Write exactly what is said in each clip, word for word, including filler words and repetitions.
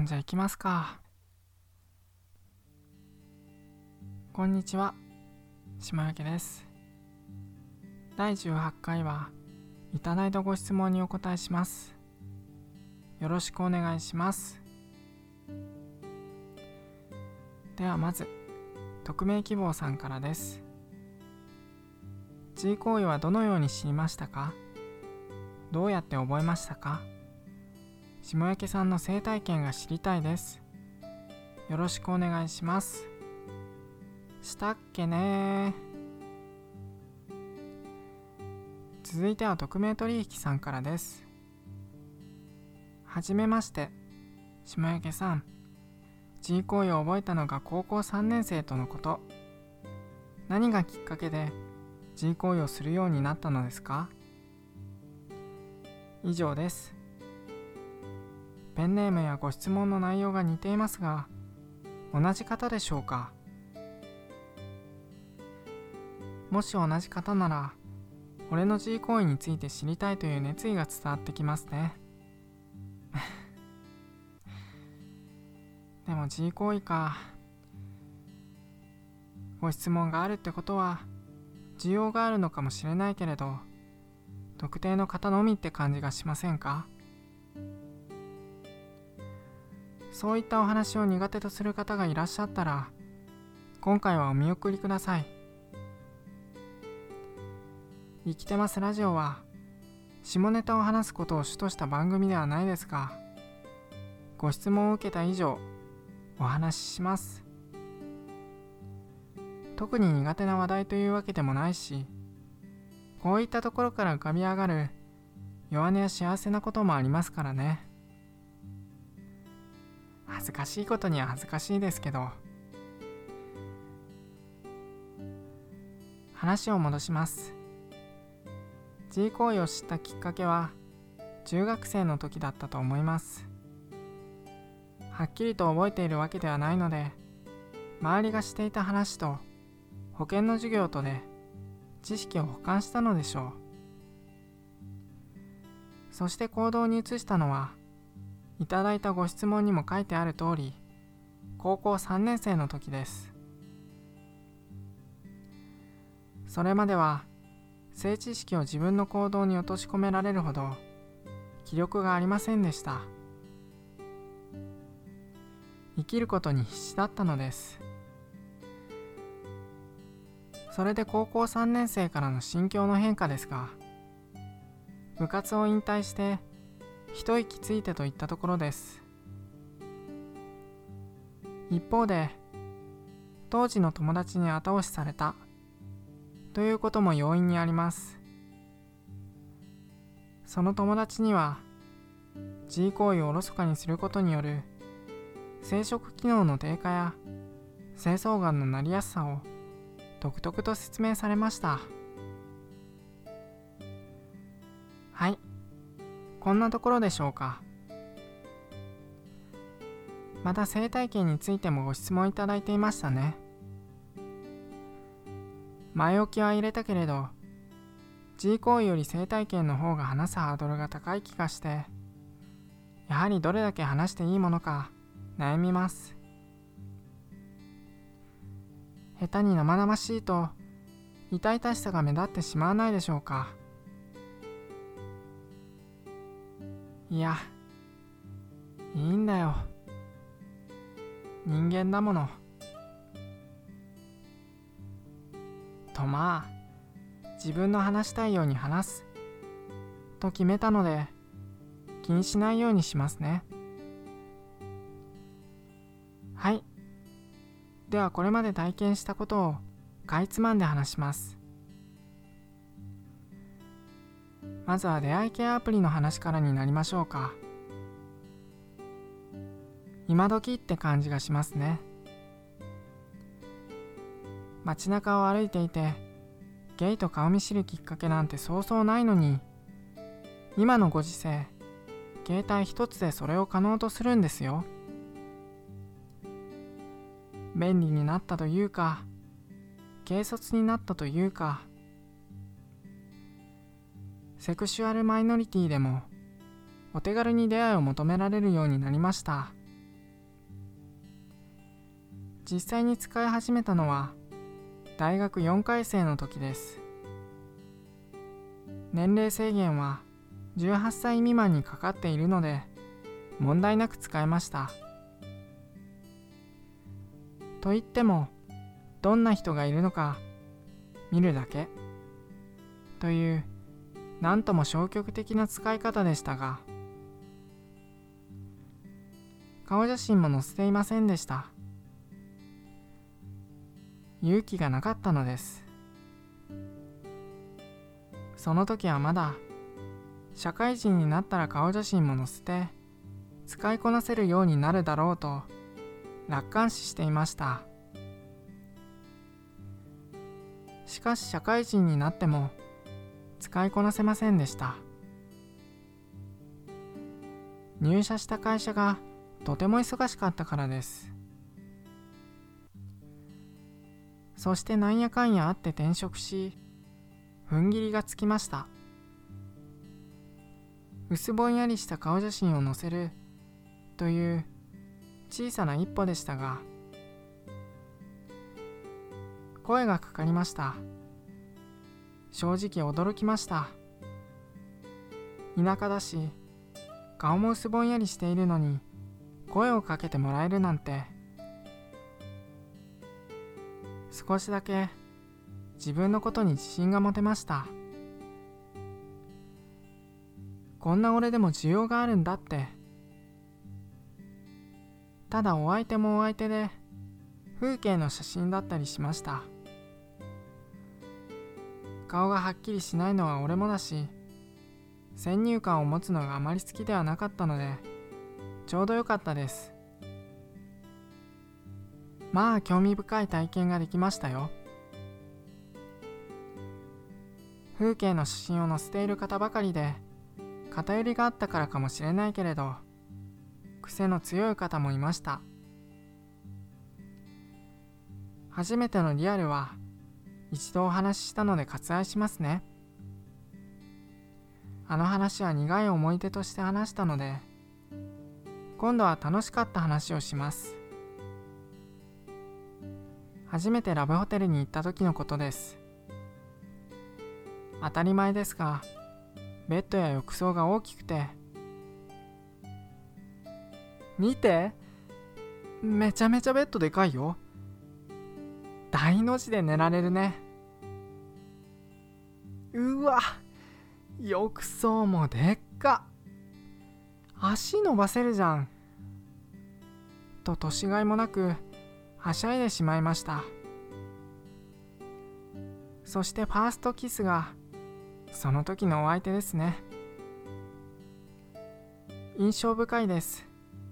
んじゃ行きますか。こんにちは、下焼です。だいじゅうはちかいはいただいたご質問にお答えします。よろしくお願いします。ではまず、匿名希望さんからです。G行為はどのように知りましたか？どうやって覚えましたか？下焼さんの生体験が知りたいです。よろしくお願いします。したっけねー。続いては匿名取引さんからです。はじめまして、下焼さん。G行為を覚えたのが高校さんねん生とのこと。何がきっかけで G行為をするようになったのですか？以上です。ペンネームやご質問の内容が似ていますが、同じ方でしょうか？もし同じ方なら、俺の G行為について知りたいという熱意が伝わってきますね。でも G行為か。ご質問があるってことは、需要があるのかもしれないけれど、特定の方のみって感じがしませんか？そういったお話を苦手とする方がいらっしゃったら、今回はお見送りください。生きてますラジオは、下ネタを話すことを主とした番組ではないですが、ご質問を受けた以上、お話しします。特に苦手な話題というわけでもないし、こういったところから浮かび上がる弱音や幸せなこともありますからね。恥ずかしいことには恥ずかしいですけど。話を戻します。G行為を知ったきっかけは中学生の時だったと思います。はっきりと覚えているわけではないので、周りがしていた話と保健の授業とで知識を補完したのでしょう。そして行動に移したのはいただいたご質問にも書いてある通り、高校さんねん生の時です。それまでは性知識を自分の行動に落とし込められるほど気力がありませんでした。生きることに必死だったのです。それで高校さんねん生からの心境の変化ですが、部活を引退して一息ついてといったところです。一方で、当時の友達に後押しされたということも要因にあります。その友達には G 行為をおろそかにすることによる生殖機能の低下や精巣がんのなりやすさを独特と説明されました。はい、こんなところでしょうか。また生体験についてもご質問いただいていましたね。前置きは入れたけれど、G 行為より生体験の方が話すハードルが高い気がして、やはりどれだけ話していいものか悩みます。下手に生々しいと痛々しさが目立ってしまわないでしょうか。いや、いいんだよ。人間だもの。とまあ、自分の話したいように話すと決めたので、気にしないようにしますね。はい。ではこれまで体験したことをかいつまんで話します。まずは出会い系アプリの話からになりましょうか。今時って感じがしますね。街中を歩いていて、ゲイと顔見知るきっかけなんてそうそうないのに、今のご時世、携帯一つでそれを可能とするんですよ。便利になったというか、軽率になったというか、セクシュアルマイノリティでもお手軽に出会いを求められるようになりました。 実際に使い始めたのは大学よんかい生の時です。年齢制限はじゅうはっさい未満にかかっているので問題なく使えました。といってもどんな人がいるのか見るだけというなんとも消極的な使い方でしたが、顔写真も載せていませんでした。勇気がなかったのです。その時はまだ社会人になったら顔写真も載せて使いこなせるようになるだろうと楽観視していました。しかし社会人になっても使いこなせませんでした。入社した会社がとても忙しかったからです。そしてなんやかんやあって転職し、踏ん切りがつきました。薄ぼんやりした顔写真を載せるという小さな一歩でしたが、声がかかりました。正直驚きました。田舎だし、顔も薄ぼんやりしているのに声をかけてもらえるなんて。少しだけ自分のことに自信が持てました。こんな俺でも需要があるんだって。ただお相手もお相手で風景の写真だったりしました。顔がはっきりしないのは俺もだし、先入観を持つのがあまり好きではなかったのでちょうどよかったです。まあ興味深い体験ができましたよ。風景の写真を載せている方ばかりで偏りがあったからかもしれないけれど、癖の強い方もいました。初めてのリアルは一度お話ししたので割愛しますね。あの話は苦い思い出として話したので、今度は楽しかった話をします。初めてラブホテルに行った時のことです。当たり前ですが、ベッドや浴槽が大きくて、見て、めちゃめちゃベッドでかいよ。大の字で寝られるね。うわ、浴槽もでっか。足伸ばせるじゃん。と年がいもなくはしゃいでしまいました。そしてファーストキスがその時のお相手ですね。印象深いです。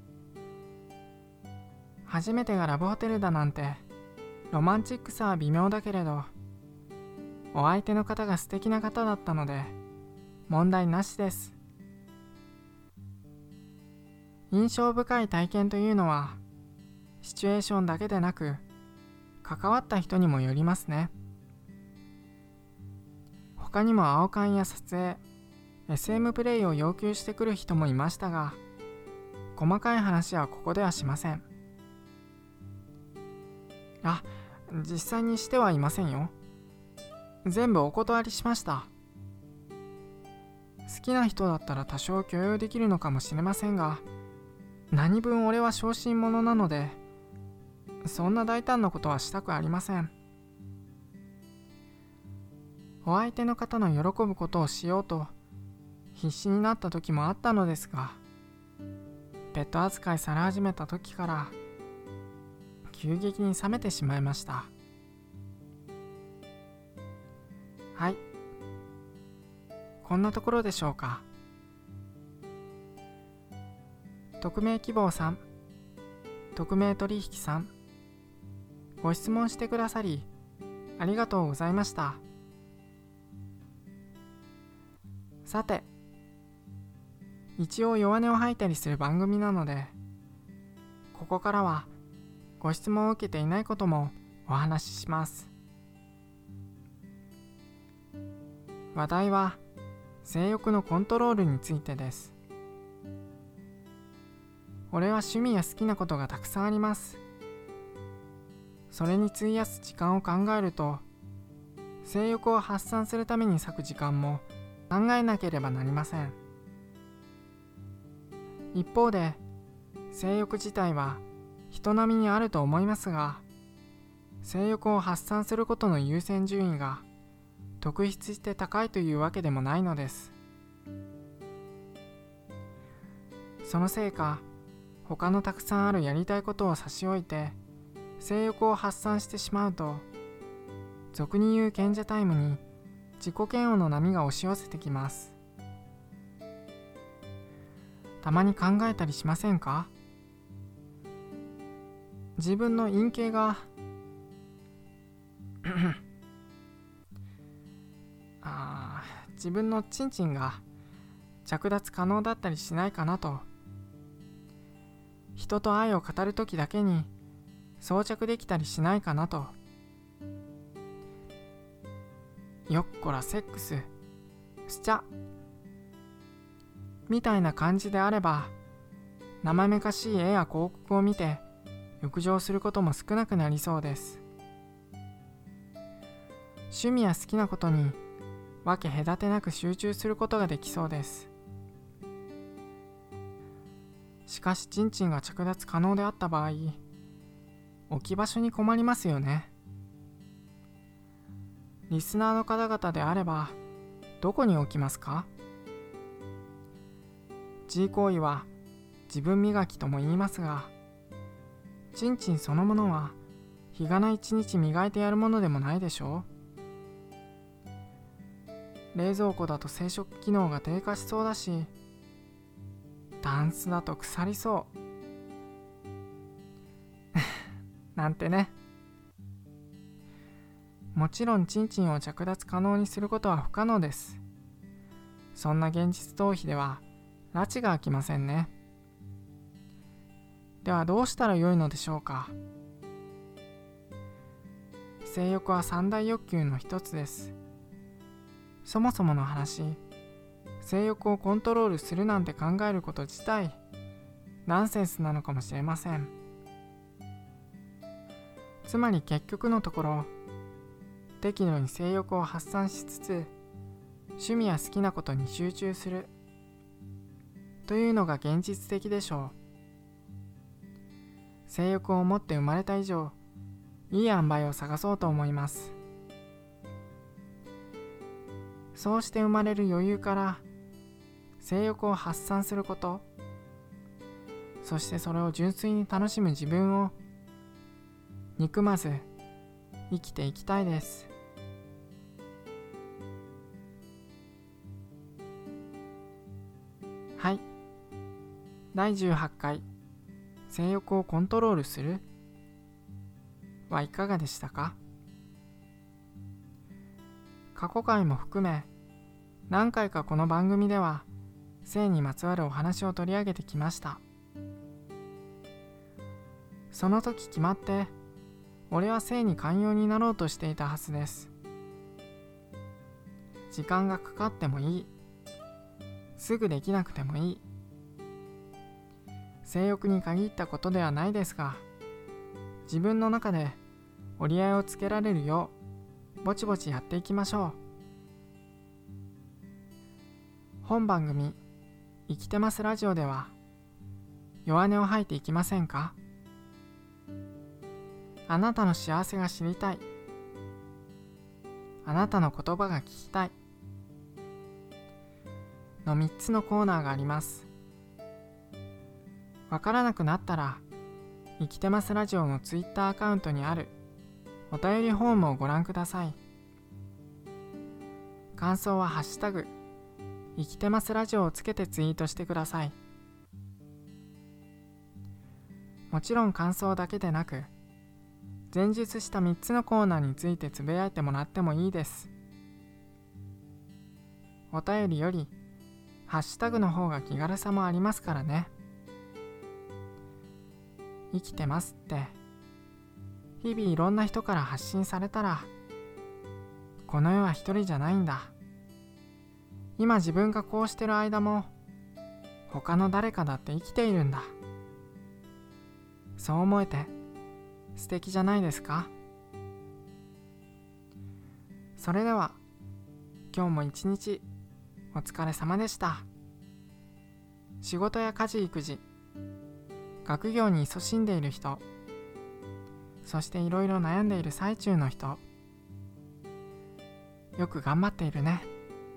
初めてがラブホテルだなんてロマンチックさは微妙だけれど、お相手の方が素敵な方だったので問題なしです。印象深い体験というのはシチュエーションだけでなく関わった人にもよりますね。他にも青缶や撮影、エスエム プレイを要求してくる人もいましたが、細かい話はここではしません。あ、実際にしてはいませんよ。全部お断りしました。好きな人だったら多少許容できるのかもしれませんが、何分俺は小心者なので、そんな大胆なことはしたくありません。お相手の方の喜ぶことをしようと必死になった時もあったのですが、ペット扱いされ始めた時から急激に冷めてしまいました。はい、こんなところでしょうか。匿名希望さん、匿名取引さん、ご質問してくださりありがとうございました。さて、一応弱音を吐いたりする番組なので、ここからはご質問を受けていないこともお話しします。話題は性欲のコントロールについてです。俺は趣味や好きなことがたくさんあります。 それに費やす時間を考えると、性欲を発散するために割く時間も考えなければなりません。一方で、性欲自体は人並みにあると思いますが、性欲を発散することの優先順位が特筆して高いというわけでもないのです。そのせいか、他のたくさんあるやりたいことを差し置いて性欲を発散してしまうと、俗に言う賢者タイムに自己嫌悪の波が押し寄せてきます。たまに考えたりしませんか？自分の陰茎があ自分のチンチンが着脱可能だったりしないかなと。人と愛を語るときだけに装着できたりしないかなと。よっこらセックスしちゃみたいな感じであれば、生めかしい絵や広告を見て欲情することも少なくなりそうです。趣味や好きなことに分け隔てなく集中することができそうです。しかし、チンチンが着脱可能であった場合、置き場所に困りますよね。リスナーの方々であれば、どこに置きますか？ G 行為は自分磨きとも言いますが、チンチンそのものは日がな一日磨いてやるものでもないでしょう。冷蔵庫だと生殖機能が低下しそうだし、タンスだと腐りそうなんてね。もちろんチンチンを着脱可能にすることは不可能です。そんな現実逃避では埒が明きませんね。ではどうしたらよいのでしょうか。性欲は三大欲求の一つです。そもそもの話、性欲をコントロールするなんて考えること自体ナンセンスなのかもしれません。つまり結局のところ、適度に性欲を発散しつつ趣味や好きなことに集中するというのが現実的でしょう。性欲を持って生まれた以上、いい塩梅を探そうと思います。そうして生まれる余裕から性欲を発散すること、そしてそれを純粋に楽しむ自分を憎まず生きていきたいです。はい。だいじゅうはちかい、性欲をコントロールするはいかがでしたか？過去回も含め、何回かこの番組では性にまつわるお話を取り上げてきました。その時決まって、俺は性に寛容になろうとしていたはずです。時間がかかってもいい。すぐできなくてもいい。性欲に限ったことではないですが、自分の中で折り合いをつけられるようぼちぼちやっていきましょう。本番組生きてますラジオでは弱音を吐いていきませんか？あなたの幸せが知りたい。あなたの言葉が聞きたいのみっつのコーナーがあります。わからなくなったら生きてますラジオのツイッターアカウントにあるお便りフォームをご覧ください。感想はハッシュタグ生きてますラジオをつけてツイートしてください。もちろん感想だけでなく、前述したみっつのコーナーについてつぶやいてもらってもいいです。お便りよりハッシュタグの方が気軽さもありますからね。生きてますって日々いろんな人から発信されたら、この世は一人じゃないんだ。今自分がこうしてる間も他の誰かだって生きているんだ。そう思えて素敵じゃないですか。それでは今日も一日お疲れ様でした。仕事や家事育児、学業に勤しんでいる人、そしていろいろ悩んでいる最中の人、よく頑張っているね。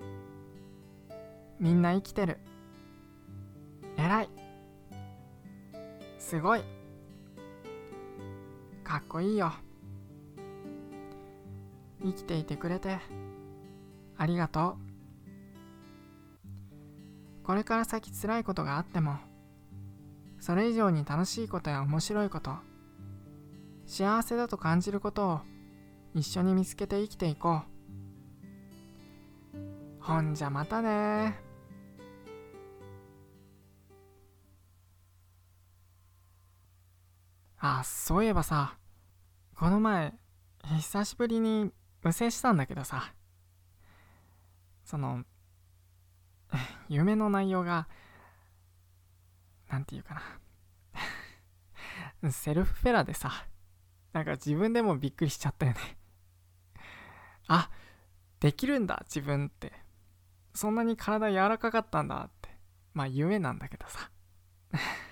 みんな生きてる。偉い。すごい。かっこいいよ。生きていてくれてありがとう。これから先辛いことがあっても、それ以上に楽しいことや面白いこと、幸せだと感じることを一緒に見つけて生きていこう。ほんじゃまたね。あ、そういえばさ、この前久しぶりに無声したんだけどさ、その夢の内容がなんていうかなセルフフェラでさ、なんか自分でもびっくりしちゃったよね。あ、できるんだ自分って、そんなに体柔らかかったんだって。まあ夢なんだけどさ